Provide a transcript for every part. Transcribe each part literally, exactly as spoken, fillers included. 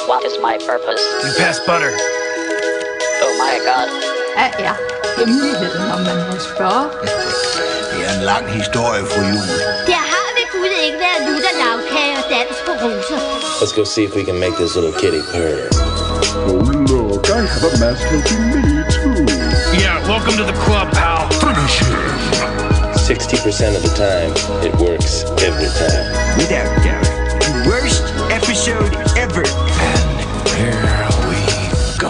What is my purpose? You pass butter. Oh my god. Hvad er hemmeligheden, om man må spørge? Det er en lang historie, fru Jule. Der har ved Gud ikke været lutter lavkage og dans på roser. Let's go see if we can make this little kitty purr. Oh look, I have a mask helping me too. Yeah, welcome to the club, pal. Finish him. sixty percent of the time, it works every time. Without doubt, the worst episode ever. And here we go.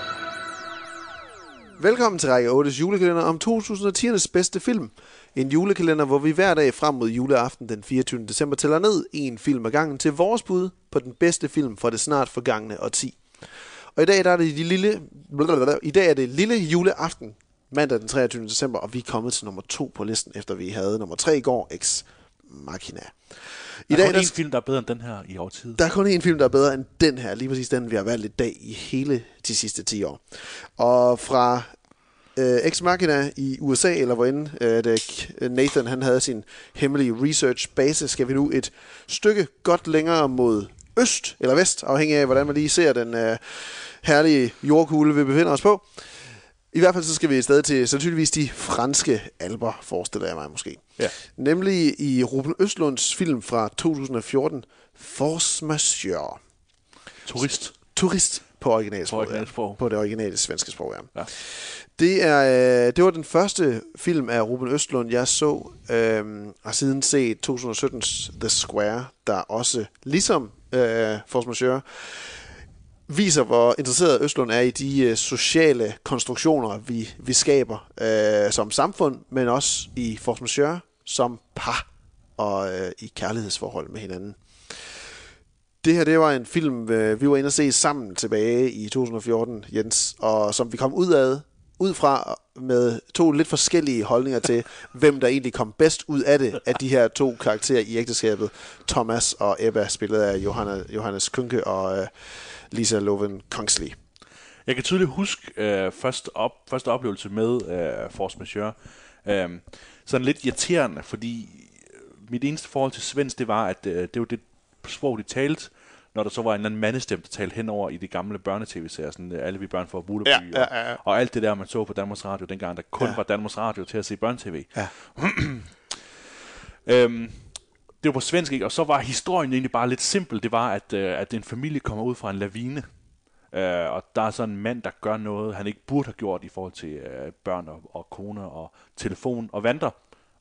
Velkommen til Række otte's julekalender om to tusind og ti's bedste film. En julekalender, hvor vi hver dag frem mod juleaften den fireogtyvende december tæller ned en film ad gangen til vores bud på den bedste film fra det snart forgangne årti. Og i dag der er det de lille, i dag er det lille juleaften, mandag den treogtyvende december, og vi er kommet til nummer to på listen, efter vi havde nummer tre i går, Ex Machina. I der er dag, kun der, en film, der er bedre end den her i årtid. Der er kun en film, der er bedre end den her, lige præcis den, vi har valgt i dag i hele de sidste ti år. Og fra øh, Ex Machina i U S A, eller hvorinde øh, Nathan han havde sin hemmelige research base, skal vi nu et stykke godt længere mod øst eller vest, afhængig af, hvordan man lige ser den øh, herlige jordkugle, vi befinder os på. I hvert fald så skal vi i stedet til sandsynligvis de franske alper, forestiller jeg mig måske. Ja. Nemlig i Ruben Østlunds film fra to tusind og fjorten, Force Majeure. Turist. Turist på originalsprog. På, originalsprog. Ja. På det originale svenske sprog, ja. ja. Det, er, øh, det var den første film af Ruben Østlund, jeg så, øh, og siden set to tusind og syttens The Square, der også, ligesom øh, Force Majeure, viser, hvor interesseret Østlund er i de øh, sociale konstruktioner, vi, vi skaber øh, som samfund, men også i Force Majeure som par og øh, i kærlighedsforhold med hinanden. Det her, det var en film, øh, vi var inde og se sammen tilbage i to tusind og fjorten, Jens, og som vi kom ud af, ud fra med to lidt forskellige holdninger til, hvem der egentlig kom bedst ud af det, af de her to karakterer i ægteskabet, Thomas og Ebba, spillet af Johanna, Johannes Kuhnke og øh, Lisa Loven Kongsley. Jeg kan tydeligt huske øh, første, op, første oplevelse med øh, Force Majeure. Øh, sådan lidt irriterende, fordi mit eneste forhold til svensk, det var, at øh, det var det sprog, de talte, når der så var en eller anden mandestemme, der talte henover i de gamle børnetv-serier, sådan alle vi børn får Bullerby, ja, ja, ja, ja. Og, og alt det der, man så på Danmarks Radio, dengang der kun ja. var Danmarks Radio til at se børnetv. Ja. øhm, det var på svensk, ikke? Og så var historien egentlig bare lidt simpel. Det var, at, øh, at en familie kommer ud fra en lavine, øh, og der er så en mand, der gør noget, han ikke burde have gjort i forhold til øh, børn og, og kone og telefon og vandrer.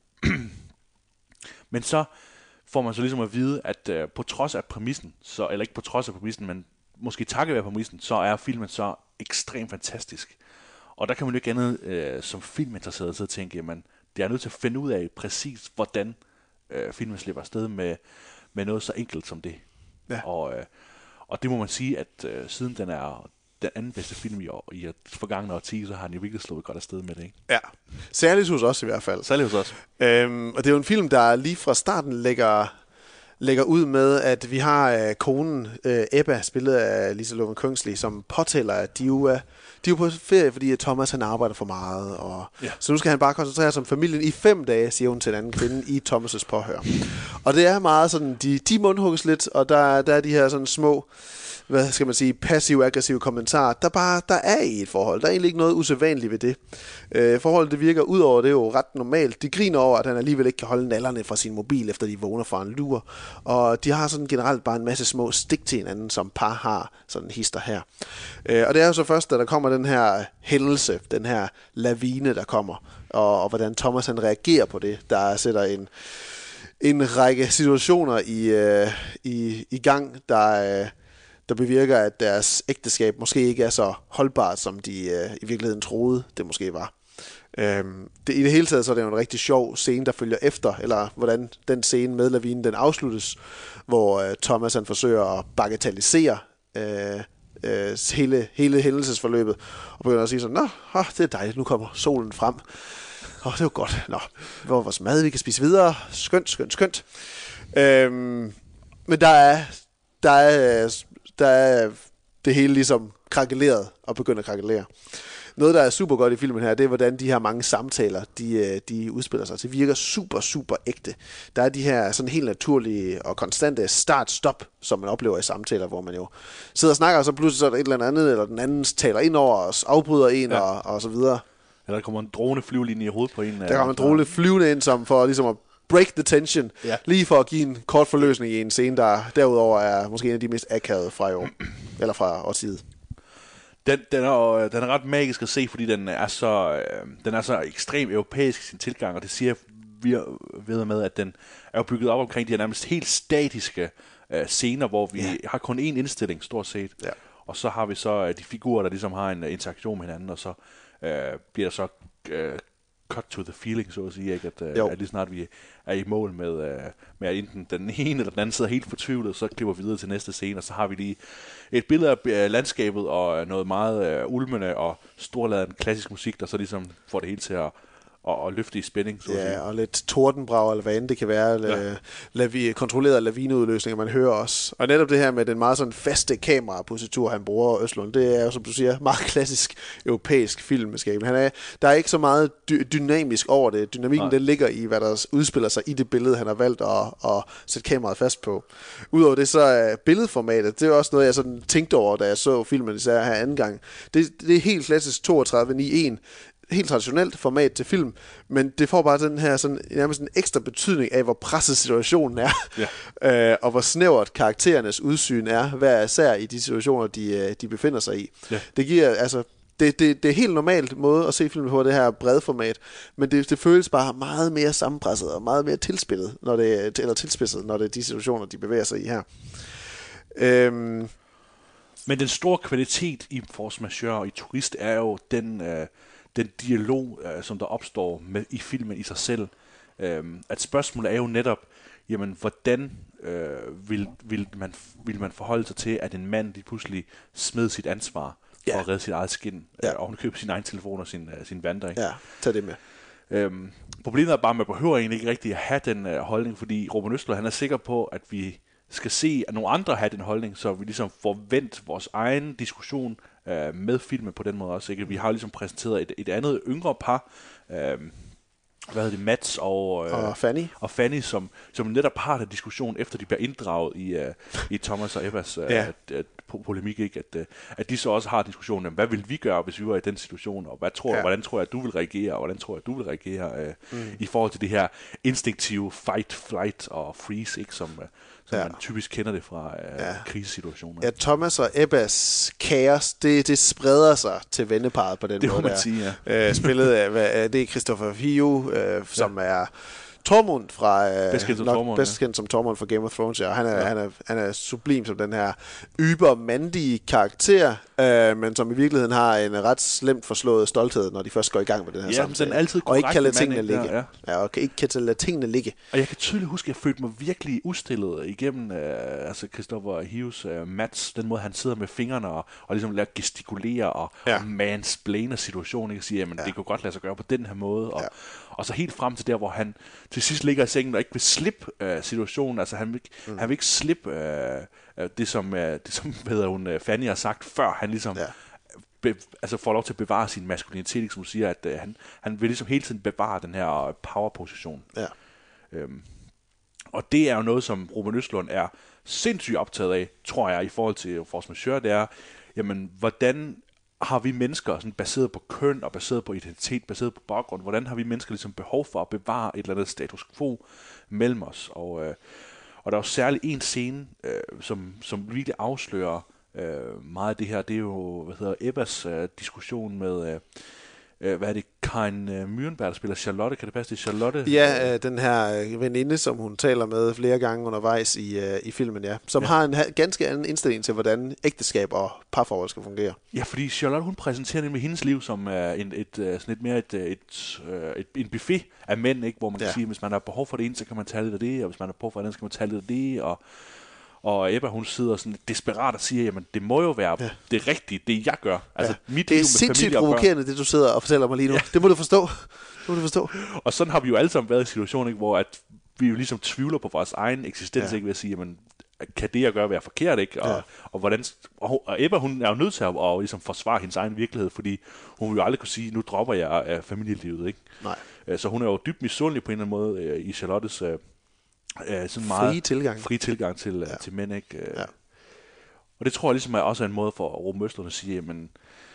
Men så får man så ligesom at vide, at øh, på trods af præmissen, så, eller ikke på trods af præmissen, men måske takket være præmissen, så er filmen så ekstremt fantastisk. Og der kan man jo ikke andet øh, som filminteresseret så tænke, jamen, det er nødt til at finde ud af præcis, hvordan øh, filmen slipper afsted med, med noget så enkelt som det. Ja. Og, øh, og det må man sige, at øh, siden den er den anden bedste film i år, i et forgangne årti, så har den jo virkelig slået godt afsted med det, ikke? Ja, særligt hos os i hvert fald. Særligt hos os. Øhm, og det er jo en film, der lige fra starten lægger, lægger ud med, at vi har øh, konen øh, Ebba, spillet af Lisa Loven Kongsley, som påtæller, at de jo er, de er på ferie, fordi Thomas han arbejder for meget. Og, ja. Så nu skal han bare koncentrere sig om familien i fem dage, siger hun til en anden kvinde i Thomas' påhør. Og det er meget sådan, de, de mundhugges lidt, og der, der er de her sådan små, hvad skal man sige, passiv-aggressive kommentarer, der bare der er i et forhold. Der er egentlig ikke noget usædvanligt ved det. Øh, forholdet det virker ud over det er jo ret normalt. De griner over, at han alligevel ikke kan holde nallerne fra sin mobil, efter de vågner fra en lur. Og de har sådan generelt bare en masse små stik til hinanden, som par har sådan hister her. Øh, og det er jo så først, da der kommer den her hændelse, den her lavine, der kommer, og, og hvordan Thomas han reagerer på det, der sætter en en række situationer i, øh, i, i gang, der øh, der bevirker, at deres ægteskab måske ikke er så holdbart, som de øh, i virkeligheden troede, det måske var. Øhm, det, I det hele taget så er det jo en rigtig sjov scene, der følger efter, eller hvordan den scene med lavinen, den afsluttes, hvor øh, Thomas han forsøger at bagatellisere øh, øh, hele, hele hændelsesforløbet, og begynder at sige sådan, nå, åh, det er dejligt, nu kommer solen frem. Åh, det var godt. Nå, hvor er vores mad, vi kan spise videre. Skønt, skønt, skønt. Øhm, men der er, der er der er det hele ligesom krakeleret og begynder at krakelere. Noget, der er super godt i filmen her, det er, hvordan de her mange samtaler, de, de udspiller sig. Det virker super, super ægte. Der er de her sådan helt naturlige og konstante start-stop, som man oplever i samtaler, hvor man jo sidder og snakker, og så pludselig så er der et eller andet, eller den anden taler ind over os, afbryder en, ja. og, og så videre. Eller der kommer en drone flyvelinje i hovedet på en. Der kommer en drone flyvende ind, som for ligesom at break the tension, ja. lige for at give en kort forløsning i en scene, der derudover er måske en af de mest akavede fra i år, eller fra årtiet. Den, den, er, den er ret magisk at se, fordi den er så, øh, den er så ekstremt europæisk i sin tilgang, og det siger vi ved med, at den er bygget op omkring de her nærmest helt statiske øh, scener, hvor vi ja. har kun én indstilling, stort set. Ja. Og så har vi så øh, de figurer, der ligesom har en uh, interaktion med hinanden, og så øh, bliver der så øh, cut to the feeling, så at sige, ikke? At, øh, at lige snart vi er i mål med, øh, med at enten den ene eller den anden sidder helt fortvivlet, så klipper vi videre til næste scene, og så har vi lige et billede af øh, landskabet og noget meget øh, ulmende og storladen klassisk musik, der så ligesom får det hele til at Og, og løfte i spænding. Så ja, og lidt tordenbrag, eller hvad end det kan være. Ja. Lavi, kontrolleret lavineudløsninger, man hører også. Og netop det her med den meget sådan faste kamerapositur, han bruger, Östlund, det er jo, som du siger, meget klassisk europæisk filmskab. Han er, der er ikke så meget dy- dynamisk over det. Dynamikken, den ligger i, hvad der udspiller sig i det billede, han har valgt at, at sætte kameraet fast på. Udover det, så er billedformatet, det er også noget, jeg sådan tænkte over, da jeg så filmen især her anden gang. Det, det er helt klassisk toogtredive ni en, helt traditionelt format til film, men det får bare den her sådan, nærmest en ekstra betydning af, hvor presset situationen er, ja. øh, og hvor snævert karakterernes udsyn er, hver især i de situationer, de, de befinder sig i. Ja. Det giver, altså, det, det, det er helt normalt måde at se film på, det her brede format, men det, det føles bare meget mere sammenpresset og meget mere tilspillet, når det, eller tilspidset, når det er de situationer, de bevæger sig i her. Øhm. Men den store kvalitet i Force Majeure og i Turist er jo den... Øh den dialog, øh, som der opstår med, i filmen i sig selv. Øhm, at spørgsmålet er jo netop, jamen, hvordan øh, vil, vil, man, vil man forholde sig til, at en mand de pludselig smed sit ansvar for ja. at redde sit eget skin, ja. øh, og købe sin egen telefon og sin, uh, sin vandring. Ja, tag det med. Øhm, problemet er bare, at man behøver egentlig ikke rigtig at have den uh, holdning, fordi Ruben Östlund, han er sikker på, at vi skal se, at nogle andre har den holdning, så vi ligesom får vendt vores egen diskussion øh, med filmen på den måde også. Ikke? Vi har ligesom præsenteret et, et andet yngre par, øh, hvad hedder det, Mats og, øh, og Fanny, og Fanny som, som netop har den diskussion, efter de bliver inddraget i, øh, i Thomas og Ebbas øh, ja. at, at, polemik, ikke? At, at de så også har diskussionen om, hvad vil vi gøre, hvis vi var i den situation, og hvad tror, ja. hvordan tror jeg, at du vil reagere, og hvordan tror jeg, at du vil reagere øh, mm. i forhold til det her instinktive fight, flight og freeze, ikke? Som, som ja. man typisk kender det fra øh, ja. krisesituationer. Ja, Thomas og Ebbas kaos, det, det spreder sig til venneparet på den det måde. Det må man sige, ja. Øh, spillet af, det er Christopher Hio, øh, som ja. er Tormund fra øh, bedst kendt som, nok, Tormund, bedst kendt som Tormund fra Game of Thrones, ja. Han er, ja. han er, han er sublim som den her ybermandige karakter, øh, men som i virkeligheden har en ret slemt forslået stolthed, når de først går i gang med den her ja, samtale. Den er altid og ikke kan lade tingene mand, ligge. Der, ja. ja, og ikke kan lade tingene ligge. Og jeg kan tydeligt huske, at jeg følte mig virkelig udstillet igennem øh, altså Christopher Hios øh, Mats, den måde han sidder med fingrene og, og ligesom lader gestikulere og, ja. og mansplainer situationen, ikke? Og siger, jamen ja. det kunne godt lade sig gøre på den her måde, og, ja. og så helt frem til der, hvor han til sidst ligger i sengen og ikke vil slippe øh, situationen, altså han vil, mm. han vil ikke slippe øh, det, som, øh, det, som hvad hedder hun, øh, Fanny har sagt, før han ligesom ja. be, altså får lov til at bevare sin maskulinitet, som siger, at øh, han, han vil ligesom hele tiden bevare den her power-position. Ja. Øhm, og det er jo noget, som Ruben Östlund er sindssygt optaget af, tror jeg, i forhold til Force Majeure, det er, jamen, hvordan har vi mennesker, sådan baseret på køn og baseret på identitet, baseret på baggrund, hvordan har vi mennesker ligesom behov for at bevare et eller andet status quo mellem os? Og, øh, og der er jo særligt en scene, øh, som, som virkelig afslører øh, meget af det her. Det er jo, hvad hedder Ebbas øh, diskussion med, øh, øh, hvad er det, Karin øh, Myrenberg, der spiller Charlotte. Kan det passe, det er Charlotte? Ja, øh, den her øh, veninde, som hun taler med flere gange undervejs i, øh, i filmen, ja. Som ja. har en ha- ganske anden indstilling til, hvordan ægteskab og parforhold skal fungere. Ja, fordi Charlotte, hun præsenterer nemlig hendes liv som øh, en, et, øh, sådan et mere et, et, øh, et, en buffet af mænd, ikke? Hvor man ja. kan sige, at hvis man har behov for det ene, så kan man tage lidt af det, og hvis man har behov for det, så kan man tage lidt af det, og Og Ebba, hun sidder sådan desperat og siger, jamen det må jo være ja. det rigtige, det jeg gør. Altså, ja. mit det er liv med sindssygt provokerende, det du sidder og fortæller mig lige nu. Ja. Det må du forstå. Det må du forstå. Og sådan har vi jo alle sammen været i situationen, ikke, hvor at vi jo ligesom tvivler på vores egen eksistens, ja. ikke ved at sige, jamen kan det jeg gøre være forkert, ikke? Og, ja. og, hvordan, og, og Ebba, hun er jo nødt til at og ligesom forsvare hendes egen virkelighed, fordi hun vil jo aldrig kunne sige, nu dropper jeg af familielivet, ikke? Nej. Så hun er jo dybt misundelig på en eller anden måde øh, i Charlottes øh, sådan frie meget tilgang, frie tilgang til, ja. til mænd, ikke? Ja. Og det tror jeg ligesom er også en måde for Ruben Østlund at sige, men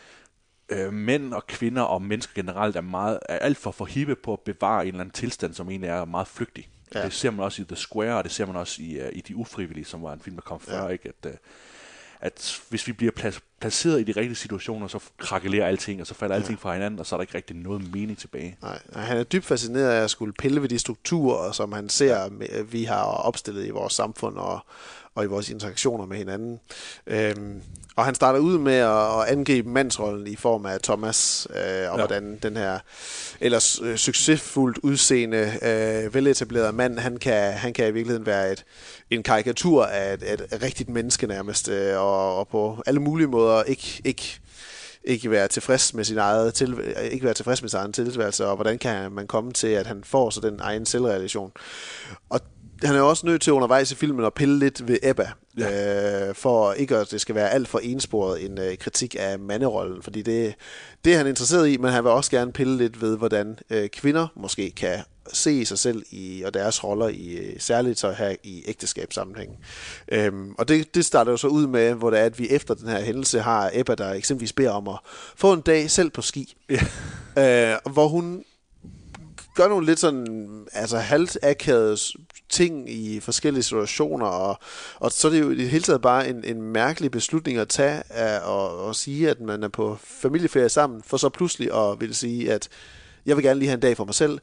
øh, mænd og kvinder og mennesker generelt er, meget, er alt for for hippe på at bevare en eller anden tilstand, som egentlig er meget flygtig. Ja. Det ser man også i The Square, og det ser man også i, uh, i De Ufrivillige, som var en film, der kom før, ja. ikke? At, uh, at hvis vi bliver plac- placeret i de rigtige situationer, så krakelerer alting, og så falder ja. alting fra hinanden, og så er der ikke rigtig noget mening tilbage. Nej, han er dybt fascineret af at skulle pille ved de strukturer, som han ser, vi har opstillet i vores samfund og, og i vores interaktioner med hinanden. Øhm, og han starter ud med at angribe mandsrollen i form af Thomas, øh, og ja. hvordan den her ellers øh, succesfuldt udseende, øh, veletableret mand, han kan, han kan i virkeligheden være et, en karikatur af et, et, et rigtigt menneske nærmest, øh, og, og på alle mulige måder ikke, ikke, ikke være tilfreds med sin eget til, ikke være tilfreds med sin egen tilværelse, og hvordan kan man komme til, at han får så den egen selvrealisation. Og han er også nødt til undervejs i filmen at pille lidt ved Ebba, ja. øh, for ikke at det skal være alt for ensporet en øh, kritik af manderollen, fordi det, det er han interesseret i, men han vil også gerne pille lidt ved, hvordan øh, kvinder måske kan se sig selv i, og deres roller, i særligt så her i ægteskabssammenhæng. Øhm, og det, det starter jo så ud med, hvor det er, at vi efter den her hændelse har Ebba, der eksempelvis beder om at få en dag selv på ski, ja. øh, hvor hun gør nogle lidt sådan, altså halvt akavede ting i forskellige situationer, og, og så er det jo i det hele taget bare en, en mærkelig beslutning at tage, af, og, og sige, at man er på familieferie sammen, for så pludselig at vil sige, at jeg vil gerne lige have en dag for mig selv,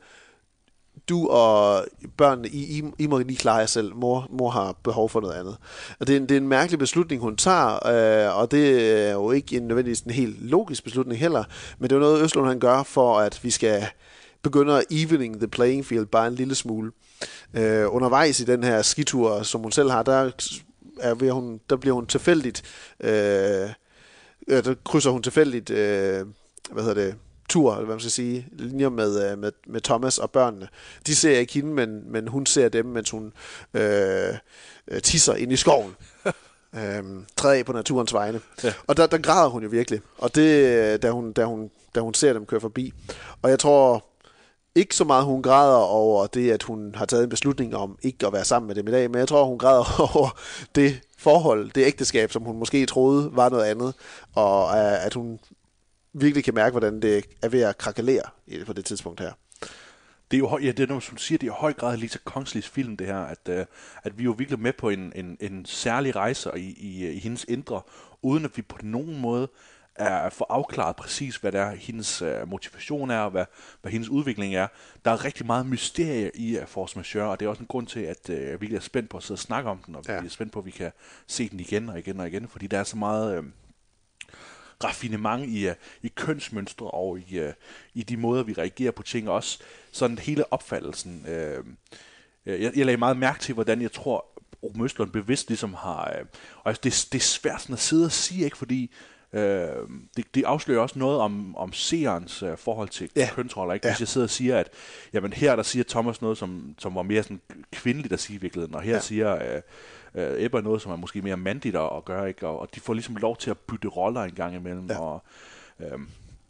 du og børnene, I, I, I må lige klare jer selv, mor, mor har behov for noget andet. Og det er en, det er en mærkelig beslutning, hun tager, øh, og det er jo ikke en nødvendigvis en helt logisk beslutning heller, men det er jo noget, Østlund han gør, for at vi skal begynder at evening the playing field bare en lille smule. Øh, undervejs i den her skitur, som hun selv har, der, er ved hun, der bliver hun tilfældigt, øh, der krydser hun tilfældigt, øh, hvad hedder det, tur, eller hvad man skal sige, linjer med, med, med Thomas og børnene. De ser ikke hende, men, men hun ser dem, mens hun øh, tisser ind i skoven. Øhm, træder af på naturens vegne. Ja. Og der, der græder hun jo virkelig. Og det, da hun, da, hun, da hun ser dem køre forbi. Og jeg tror ikke så meget, hun græder over det, at hun har taget en beslutning om ikke at være sammen med dem i dag, men jeg tror, hun græder over det forhold, det ægteskab, som hun måske troede var noget andet, og at hun virkelig kan mærke, hvordan det er ved at krakelere på det tidspunkt her. Det er jo, ja, det er noget, som du siger, det er i høj grad Lisa Kongslis film, det her, at, uh, at vi er jo virkelig med på en, en, en særlig rejse i, i, i hendes indre, uden at vi på nogen måde er for afklaret præcis, hvad der er, hendes uh, motivation er, og hvad, hvad hendes udvikling er. Der er rigtig meget mysterie i uh, Force Majeure, og det er også en grund til, at uh, jeg virkelig er spændt på at sidde og snakke om den, og ja. vi er spændt på, at vi kan se den igen og igen og igen, fordi der er så meget Uh, raffinement i, uh, i kønsmønstre og i, uh, i de måder, vi reagerer på ting, og også sådan hele opfattelsen. Uh, jeg, jeg lagde meget mærke til, hvordan jeg tror, Ruben Østlund bevidst ligesom har... Uh, og det, det er svært sådan at sidde og sige, ikke, fordi uh, det, det afslører også noget om, om seerens uh, forhold til ja. kønsroller. Ikke? Ja. Hvis jeg sidder og siger, at jamen, her der siger Thomas noget, som, som var mere sådan kvindeligt at sige i virkeligheden, og her ja. siger... Uh, Uh, Ebba noget, som er måske mere mandigt at, at gøre, ikke? Og, og de får ligesom lov til at bytte roller en gang imellem. Ja. Og, øhm,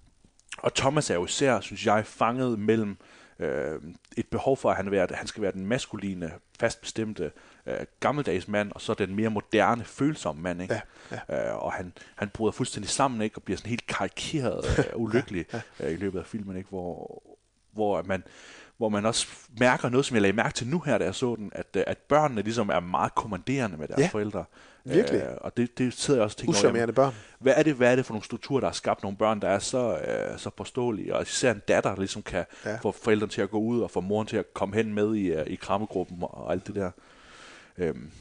og Thomas er jo især, synes jeg, fanget mellem øh, et behov for, at han, være, at han skal være den maskuline, fastbestemte, øh, gammeldags mand, og så den mere moderne, følsomme mand. Ikke? Ja. Ja. Uh, og han, han bryder fuldstændig sammen, ikke? Og bliver sådan helt karikeret uh, ulykkelig ja. Ja. Uh, i løbet af filmen, ikke? Hvor, hvor man... hvor man også mærker noget, som jeg lagde mærke til nu her, da jeg så den, at, at børnene ligesom er meget kommanderende med deres ja, forældre. Virkelig. Øh, og det, det sidder jeg også og tænker Uschammerende børn. Hvad er det, hvad er det for nogle strukturer, der har skabt nogle børn, der er så, øh, så påståelige, og især en datter, der ligesom kan ja. få forældrene til at gå ud, og få moren til at komme hen med i, uh, i krammegruppen og, og alt det der. Øhm.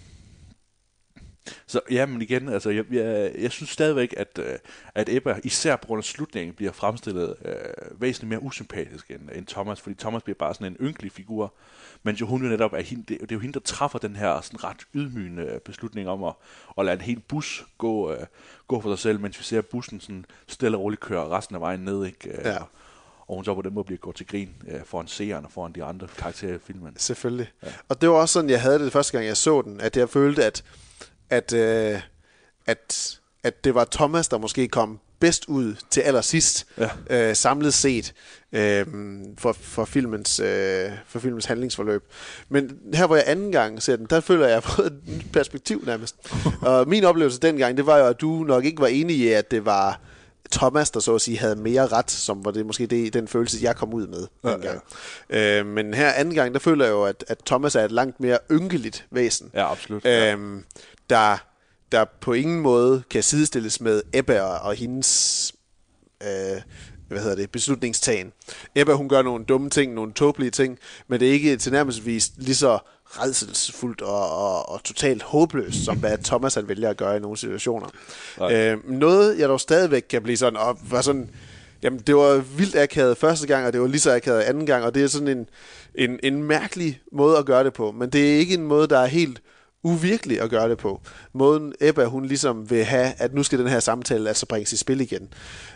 Så ja, men igen, altså, jeg, jeg, jeg synes stadigvæk, at, at Ebba, især på grund af slutningen, bliver fremstillet øh, væsentligt mere usympatisk end, end Thomas, fordi Thomas bliver bare sådan en ynkelig figur, men jo hun jo netop er hende, det, det er jo hende, der træffer den her sådan ret ydmygende beslutning om at, at lade en hel bus gå, øh, gå for sig selv, mens vi ser bussen sådan stille og roligt køre resten af vejen ned, ikke? Ja. og hun så på den måde bliver gjort til grin øh, foran seeren og foran de andre karakterer i filmen. Selvfølgelig. Ja. Og det var også sådan, jeg havde det første gang, jeg så den, at jeg følte, at, at, øh, at, at det var Thomas, der måske kom bedst ud til allersidst, ja. øh, samlet set, øh, for, for, filmens, øh, for filmens handlingsforløb. Men her, hvor jeg anden gang ser den, der føler jeg, at jeg har fået et nyt perspektiv nærmest. Og min oplevelse dengang, det var jo, at du nok ikke var enig i, at det var Thomas, der så at sige havde mere ret, som var det måske det, den følelse, jeg kom ud med dengang. Ja, ja. Øh, men her anden gang, der føler jeg jo, at, at Thomas er et langt mere ynkeligt væsen. Ja, absolut. Øh, ja. Der der på ingen måde kan sidestilles med Ebba og, og hendes øh, hvad hedder det, beslutningstagen. Ebba, hun gør nogle dumme ting, nogle tåbelige ting, men det er ikke tilnærmelsesvis lige så rædselsfuldt og, og, og totalt håbløst, som hvad Thomas han vælger at gøre i nogle situationer. Øh, noget, jeg dog stadigvæk kan blive sådan, og var sådan, jamen det var vildt akavet første gang, og det var lige så akavet anden gang, og det er sådan en, en, en mærkelig måde at gøre det på, men det er ikke en måde, der er helt uvirkelig at gøre det på. Måden Ebba, hun ligesom vil have, at nu skal den her samtale altså bringes i spil igen.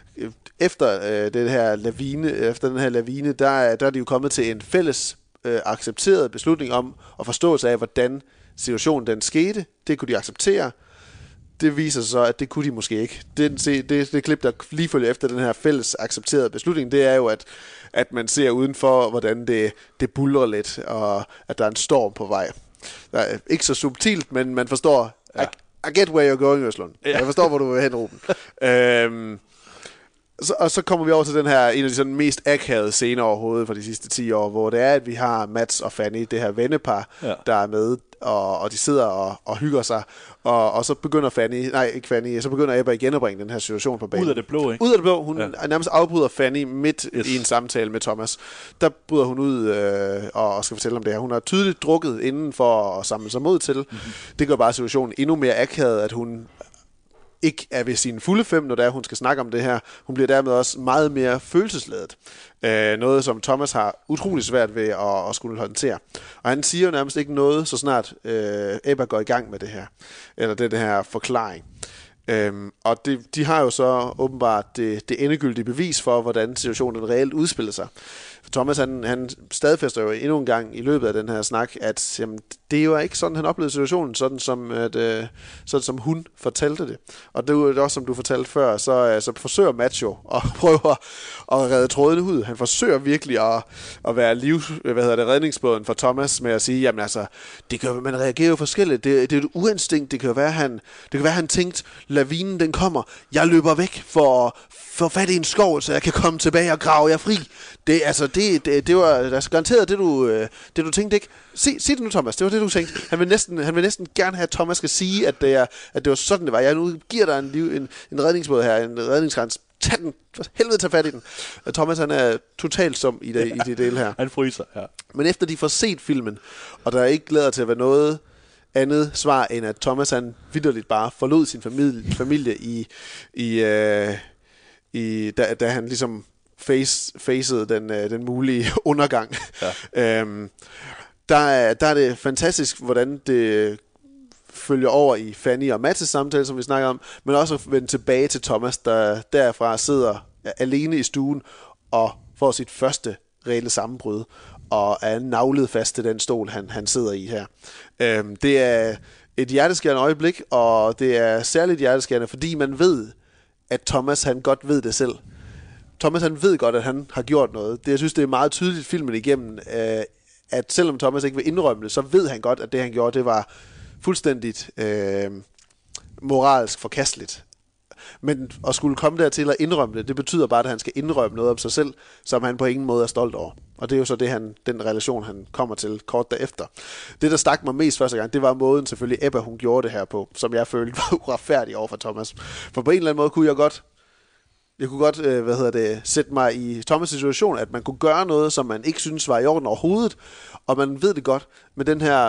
Efter øh, den her lavine, efter den her lavine, der, der er de jo kommet til en fælles øh, accepteret beslutning om og forståelse af, hvordan situationen den skete. Det kunne de acceptere. Det viser sig så, at det kunne de måske ikke. Det, det, det, det klip, der lige følger efter den her fælles accepterede beslutning, det er jo, at, at man ser udenfor, hvordan det, det buldrer lidt, og at der er en storm på vej. Der er ikke så subtilt, men man forstår, ja. I, I get where you're going, Øslund. Ja. Jeg forstår, hvor du vil hen, Ruben. øhm, så, og så kommer vi over til den her, en af de sådan mest akavede scener overhovedet for de sidste ti år, hvor det er, at vi har Mads og Fanny, det her vennepar, ja. der er med, og, og de sidder og, og hygger sig, og, og så begynder Fanny, nej ikke Fanny, så begynder Ebba igen at bringe den her situation på banen. Ud af det blå, ikke? Ud af det blå. Hun ja. nærmest afbryder Fanny midt yes. i en samtale med Thomas. Der bryder hun ud øh, og skal fortælle om det her. Hun har tydeligt drukket inden for at samle sig mod til. Mm-hmm. Det gør bare situationen endnu mere akavet, at hun ikke er ved sine fulde fem, når det er, hun skal snakke om det her. Hun bliver dermed også meget mere følelsesladet. Øh, noget, som Thomas har utrolig svært ved at, at skulle håndtere. Og han siger jo nærmest ikke noget, så snart øh, Ebba går i gang med det her. Eller det, det her forklaring. Øhm, og det, de har jo så åbenbart det, det endegyldige bevis for, hvordan situationen reelt udspiller sig. For Thomas, han, han stadfæster jo endnu en gang i løbet af den her snak, at jamen, det er jo ikke sådan, han oplevede situationen, sådan som, at, øh, sådan som hun fortalte det. Og det er jo også, som du fortalte før, så, så forsøger Macho at prøve at, at redde trådene ud. Han forsøger virkelig at, at være liv, hvad hedder det, redningsbåden for Thomas med at sige, jamen altså, det kan, man reagerer jo forskelligt. Det, det er et uinstinkt. Det kan jo være, han, det kan være, han tænkte, lavinen den kommer. Jeg løber væk for, for fat i en skov, så jeg kan komme tilbage og grave jer fri. Det, altså, det, det, det var altså garanteret det, du, det, du tænkte, ikke? Sig, sig det nu, Thomas. Det var det, du tænkte. Han vil næsten, han vil næsten gerne have, at Thomas skal sige, at det, er, at det var sådan, det var. Jeg nu giver dig en, en, en redningsbåd her, en redningskrans. Tag den. For helvede, tag fat i den. Thomas, han er totalt som i det, ja, i det del her. Han fryser, ja. Men efter de får set filmen, og der ikke lader til at være noget andet svar, end at Thomas, han vitterligt bare forlod sin familie, familie i, i, øh, i da, da han ligesom face, facede den, øh, den mulige undergang. Ja. øhm, der, er, der er det fantastisk, hvordan det følger over i Fanny og Mattes samtale, som vi snakker om, men også at vende tilbage til Thomas, der derfra sidder alene i stuen og får sit første reelle sammenbrud og er naglet fast til den stol, han, han sidder i her. Øhm, det er et hjerteskærende øjeblik, og det er særligt hjerteskærende, fordi man ved, at Thomas, han godt ved det selv. Thomas, han ved godt, at han har gjort noget. Det, jeg synes, det er meget tydeligt filmen igennem, øh, at selvom Thomas ikke vil indrømme det, så ved han godt, at det, han gjorde, det var fuldstændigt øh, moralsk forkasteligt. Men at skulle komme dertil og indrømme det, det betyder bare, at han skal indrømme noget om sig selv, som han på ingen måde er stolt over. Og det er jo så det, han, den relation, han kommer til kort derefter. Det, der stak mig mest første gang, det var måden selvfølgelig Ebba, hun gjorde det her på, som jeg følte var uretfærdig over for Thomas. For på en eller anden måde kunne jeg godt, jeg kunne godt øh, hvad hedder det, sætte mig i Thomas' situation, at man kunne gøre noget, som man ikke synes var i orden overhovedet, og man ved det godt, med den her,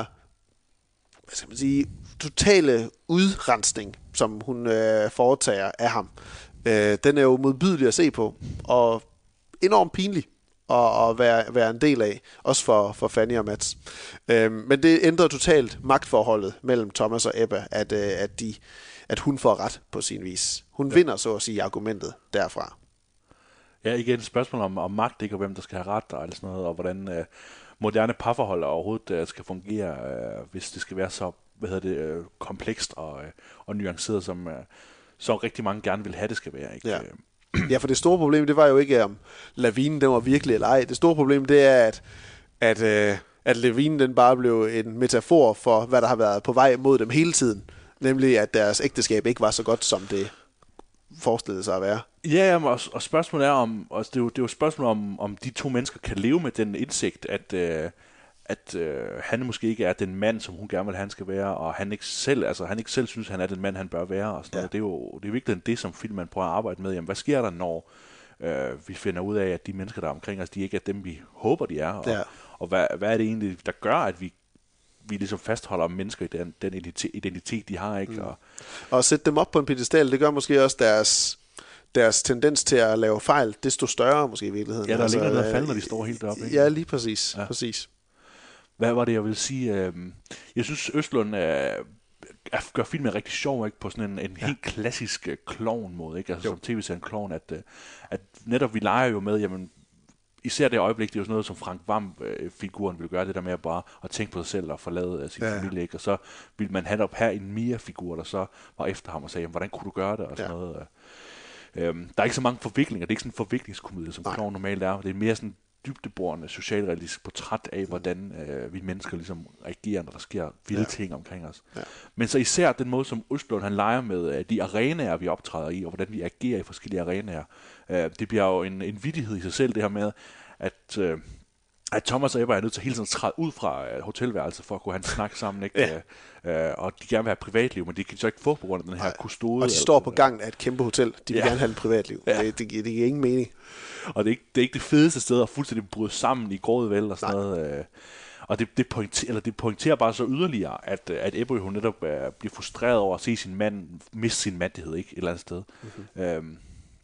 hvad skal man sige, totale udrensning, som hun øh, foretager af ham. Øh, den er jo modbydelig at se på, og enormt pinlig at, at være, være en del af, også for, for Fanny og Mads. Øh, men det ændrer totalt magtforholdet mellem Thomas og Ebba, at, øh, at, de, at hun får ret på sin vis. Hun ja. vinder så at sige argumentet derfra. Ja, igen et spørgsmål om, om magt, ikke, og hvem der skal have ret, og alt sådan noget, og hvordan øh, moderne parforhold overhovedet øh, skal fungere, øh, hvis det skal være så, hvad hedder det, øh, komplekst og, øh, og nuanceret, som, øh, som rigtig mange gerne vil have, det skal være, ikke? Ja. Ja, for det store problem, det var jo ikke, om lavinen den var virkelig eller ej. Det store problem, det er, at, at, øh, at lavinen den bare blev en metafor for, hvad der har været på vej mod dem hele tiden. Nemlig, at deres ægteskab ikke var så godt, som det forestillede sig at være. Ja, jamen, og, og spørgsmålet er om, og det er jo, det er jo spørgsmålet om, om de to mennesker kan leve med den indsigt, at, øh, at øh, han måske ikke er den mand, som hun gerne vil have, han skal være, og han ikke selv, altså han ikke selv synes, han er den mand, han bør være, og sådan ja. noget. Det er jo det er virkelig det, som filmen prøver at arbejde med. Jamen, hvad sker der, når øh, vi finder ud af, at de mennesker, der er omkring os, de ikke er dem, vi håber, de er, og, ja. og hvad, hvad er det egentlig, der gør, at vi vi ligesom fastholder mennesker i den, den identitet, de har, ikke? Mm. Og, og at sætte dem op på en pedestal, det gør måske også deres, deres tendens til at lave fejl, desto større måske i virkeligheden. Ja, der altså, ligger noget fald, når de står helt deroppe, ikke? Ja, lige præcis. Ja. præcis. Hvad var det, jeg ville sige? Jeg synes, Østlund er, gør filmen rigtig sjov, ikke? På sådan en, en ja. helt klassisk klovn-måde, ikke? Altså jo. Som tv-serien klovn, at, at netop vi leger jo med, jamen, især det øjeblik, det er jo sådan noget, som Frank Hvam-figuren ville gøre, det der med at bare at tænke på sig selv og forlade sin ja. familie, ikke? Og så ville man have op her en Mia-figur, der så var efter ham og sagde, jamen, hvordan kunne du gøre det? Og sådan ja. noget. Øhm, der er ikke så mange forviklinger, det er ikke sådan en forviklingskomedie, som klovn normalt er. Det er mere sådan dybdeborende, socialrealistisk portræt af, hvordan øh, vi mennesker ligesom reagerer, når der sker vilde ja. ting omkring os. Ja. Men så især den måde, som Østlund han leger med øh, de arenaer, vi optræder i, og hvordan vi agerer i forskellige arenaer. Øh, det bliver jo en, en vittighed i sig selv, det her med, at, øh, at Thomas og Ebba er nødt til hele tiden at træde ud fra øh, hotelværelset, for at kunne have en snak sammen, ikke? Ja. Øh, og de gerne vil have privatliv, men de kan så ikke få på grund af den her kustode. Og de står på gangen af et kæmpe hotel. De vil ja. gerne have et privatliv. Ja. Det, det, det giver ingen mening. Og det er, ikke, det er ikke det fedeste sted at fuldstændig bryde sammen i grådet vel og sådan Nej. noget. Øh, og det, det, pointer, eller det pointerer bare så yderligere, at, at Ebba hun netop uh, bliver frustreret over at se sin mand miste sin mandighed, ikke, et eller andet sted. Mm-hmm. Øhm,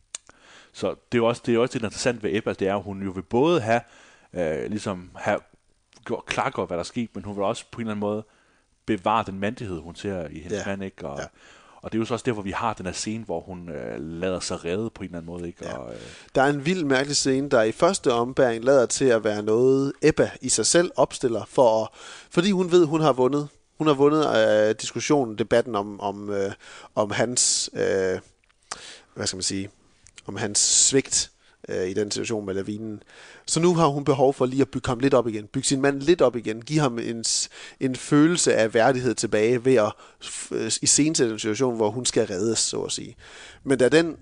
så det er jo også det er også det interessant ved Ebba, det er, at hun jo vil både have, øh, ligesom have gjort klargjort, hvad der er sket, men hun vil også på en eller anden måde bevare den mandighed, hun ser i hendes ja. mand, ikke? Og, ja. Og det er jo så også derfor, vi har den her scene, hvor hun øh, lader sig redde på en eller anden måde, ikke? Ja. Og, øh... Der er en vild mærkelig scene, der i første ombæring lader til at være noget, Ebba i sig selv opstiller, for at, fordi hun ved, hun har vundet. Hun har vundet øh, diskussionen, debatten om, om, øh, om hans, øh, hvad skal man sige, om hans svigt øh, i den situation med lavinen. Så nu har hun behov for lige at bygge ham lidt op igen. Bygge sin mand lidt op igen. Give ham en, en følelse af værdighed tilbage ved at øh, iscenesætte en situation, hvor hun skal reddes, så at sige. Men da den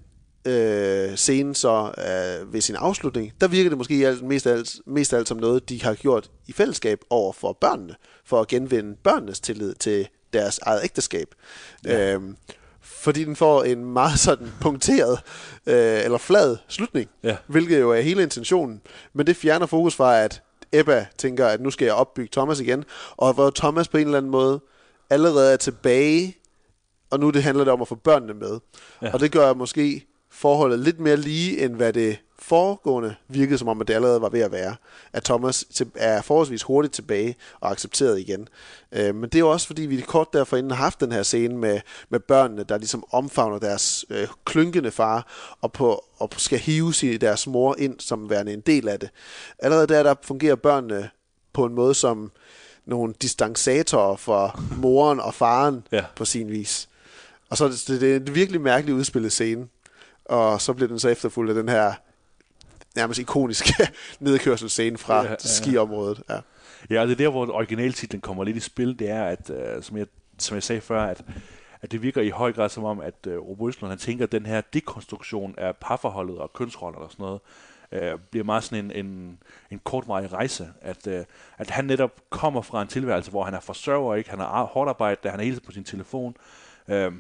øh, scene så øh, ved sin afslutning, der virker det måske alt, mest, alt, mest alt som noget, de har gjort i fællesskab over for børnene, for at genvinde børnenes tillid til deres eget ægteskab. Ja. Øhm, fordi den får en meget sådan punkteret øh, eller flad slutning, ja. Hvilket jo er hele intentionen. Men det fjerner fokus fra, at Ebba tænker, at nu skal jeg opbygge Thomas igen, og hvor Thomas på en eller anden måde allerede er tilbage, og nu det handler det om at få børnene med. Ja. Og det gør måske forholdet lidt mere lige, end hvad det foregående virkede som om, at det allerede var ved at være. At Thomas er forholdsvis hurtigt tilbage og accepteret igen. Øh, men det er jo også, fordi vi kort derfor inden har haft den her scene med, med børnene, der ligesom omfavner deres øh, klynkende far, og, på, og skal hive sig deres mor ind som værende en del af det. Allerede der, der fungerer børnene på en måde som nogle distancatorer for moren og faren ja. På sin vis. Og så er det, det er en virkelig mærkelig udspillet scene. Og så bliver den så efterfulgt af den her nærmest ikoniske nedkørselsscene fra ja, ja. skiområdet. Ja. ja, det er der, hvor originaltitlen kommer lidt i spil. Det er, at, uh, som, jeg, som jeg sagde før, at, at det virker i høj grad som om, at uh, Ove Østlund, han tænker, at den her dekonstruktion af parforholdet og kønsroller og sådan noget, uh, bliver meget sådan en, en, en kortvarig rejse. At, uh, at han netop kommer fra en tilværelse, hvor han er forsørger, ikke? Han er hårdt arbejde, han er hele tiden på sin telefon, uh,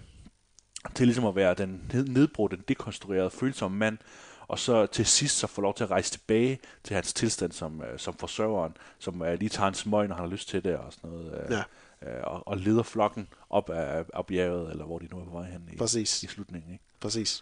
til ligesom at være den nedbrudte, den dekonstruerede, følsomme mand, og så til sidst så får lov til at rejse tilbage til hans tilstand som, øh, som forsørgeren, som øh, lige tager en smøg, når han har lyst til det, og sådan noget, øh, ja. øh, og, og leder flokken op af, af bjerget, eller hvor de nu er på vej hen i, i slutningen. Ikke? Præcis.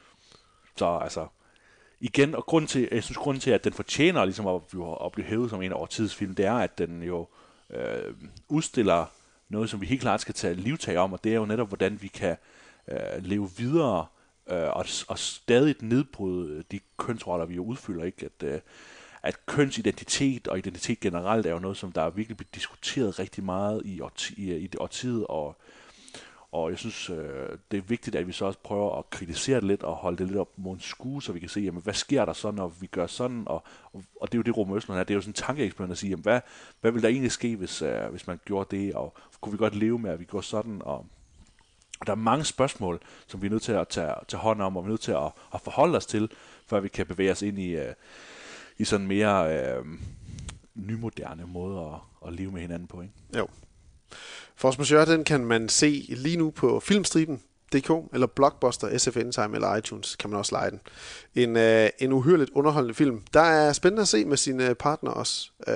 Så altså, igen, og grunden til, jeg synes grunden til, at den fortjener ligesom at, at blive hævet som en af årtidsfilm, det er, at den jo øh, udstiller noget, som vi helt klart skal tage livtag om, og det er jo netop, hvordan vi kan øh, leve videre øh, og, og stadig nedbryde de kønsroller, vi jo udfylder, ikke? At, øh, at kønsidentitet og identitet generelt er jo noget, som der er virkelig blevet diskuteret rigtig meget i, årti, i, i det årtid, og Og jeg synes, øh, det er vigtigt, at vi så også prøver at kritisere det lidt og holde det lidt op mod en skue, så vi kan se, jamen, hvad sker der så, når vi gør sådan? Og, og, og det er jo det, Ruben Østlund er. Det er jo sådan en tankeeksperiment at sige, jamen, hvad, hvad vil der egentlig ske, hvis, øh, hvis man gjorde det? Og kunne vi godt leve med, at vi gjorde sådan? Og, og der er mange spørgsmål, som vi er nødt til at tage, tage hånd om, og vi er nødt til at, at forholde os til, før vi kan bevæge os ind i, øh, i sådan mere øh, nymoderne måde at, at leve med hinanden på, ikke? Jo. Force Majeure, den kan man se lige nu på filmstriben punktum d k eller Blockbuster, S F Anytime eller iTunes, kan man også lege den. En, øh, en uhyrligt underholdende film. Der er spændende at se med sine partner også. Øh,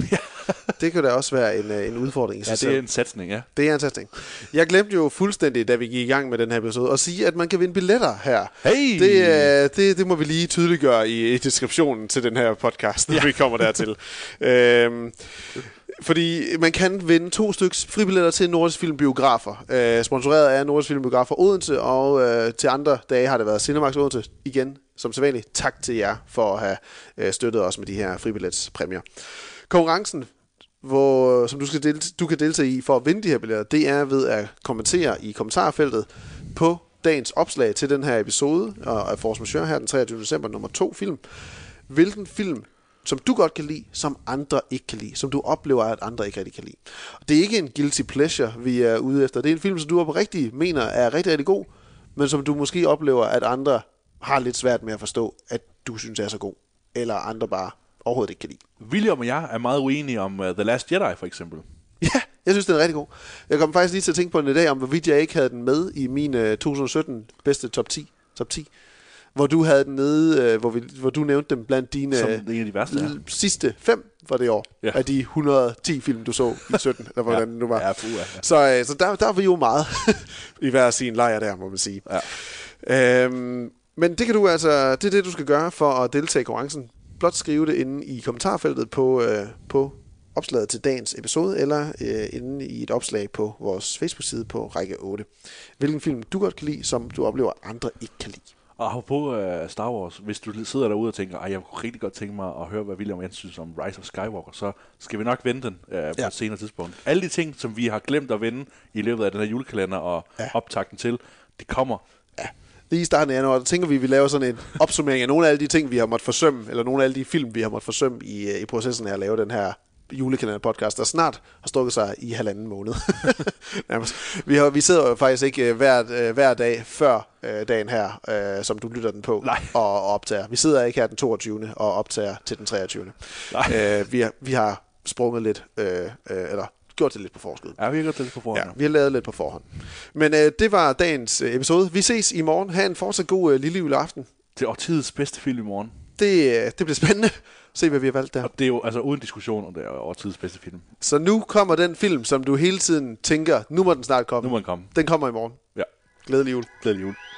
det kan da også være en, en udfordring i sig Ja, selv. det er en satsning, ja. Det er en satsning. Jeg glemte jo fuldstændig, da vi gik i gang med den her episode, at sige, at man kan vinde billetter her. Hey! Det, øh, det, det må vi lige tydeliggøre i, i deskriptionen til den her podcast, når ja. vi kommer dertil. øhm, Fordi man kan vinde to styks fribilletter til Nordisk Film Biografer, øh, sponsoreret af Nordisk Film Biografer Odense, og øh, til andre dage har det været Cinemax Odense. Igen, som sædvanligt, tak til jer for at have øh, støttet os med de her fribilletspræmier. Konkurrencen, hvor, som du, skal del- du kan deltage i for at vinde de her billetter, det er ved at kommentere i kommentarfeltet på dagens opslag til den her episode af Force Majeure her den treogtyvende december, nummer to film. Hvilken film som du godt kan lide, som andre ikke kan lide, som du oplever, at andre ikke rigtig kan lide. Det er ikke en guilty pleasure, vi er ude efter. Det er en film, som du oprigtigt mener er rigtig, rigtig god, men som du måske oplever, at andre har lidt svært med at forstå, at du synes er så god, eller andre bare overhovedet ikke kan lide. William og jeg er meget uenige om uh, The Last Jedi, for eksempel. Ja, jeg synes, den er rigtig god. Jeg kom faktisk lige til at tænke på den i dag, om hvorvidt jeg ikke havde den med i min uh, to tusind sytten bedste top ti. Top ti. Hvor du havde den nede, øh, hvor, vi, hvor du nævnte dem blandt dine Som en af de værste, ja. sidste fem for det år, ja. Af de et hundrede og ti film, du så i sytten, eller hvordan ja. det nu var. Ja, fuh, ja. Så, øh, så der, der var vi jo meget i hver sin lejr der, må man sige. Ja. Øhm, men det kan du altså, det er det, du skal gøre for at deltage i konkurrencen. Blot skrive det inde i kommentarfeltet på, øh, på opslaget til dagens episode, eller øh, inde i et opslag på vores Facebook-side på række otte. Hvilken film du godt kan lide, som du oplever, andre ikke kan lide. Og på uh, Star Wars, hvis du sidder derude og tænker, at jeg kunne rigtig godt tænke mig at høre, hvad William Jens synes om Rise of Skywalker, så skal vi nok vende den uh, på ja. et senere tidspunkt. Alle de ting, som vi har glemt at vende i løbet af den her julekalender og ja. optakten til, de kommer. Ja. Lige i starten af januar, der tænker vi, at vi laver sådan en opsummering af nogle af alle de ting, vi har måttet forsømme, eller nogle af alle de film, vi har måttet forsømme i, i processen af at lave den her julekalender-podcast, der snart har strukket sig i halvanden måned. vi, har, vi sidder jo faktisk ikke uh, hver, uh, hver dag før uh, dagen her, uh, som du lytter den på, og, og optager. Vi sidder ikke her den toogtyvende og optager til den treogtyvende. Uh, vi, har, vi har sprunget lidt, uh, uh, eller gjort det lidt på forskud. Ja, vi har gjort det lidt på forhånd. Ja, vi har lavet lidt på forhånd. Men uh, det var dagens uh, episode. Vi ses i morgen. Ha' en fortsat god uh, lille juleaften. Det er årtidets bedste film i morgen. Det, uh, det bliver spændende. Se, hvad vi har valgt der. Og det er jo altså uden diskussion, om det er årtidets bedste film. Så nu kommer den film, som du hele tiden tænker, nu må den snart komme. Nu må den komme. Den kommer i morgen. Ja. Glædelig jul. Glædelig jul.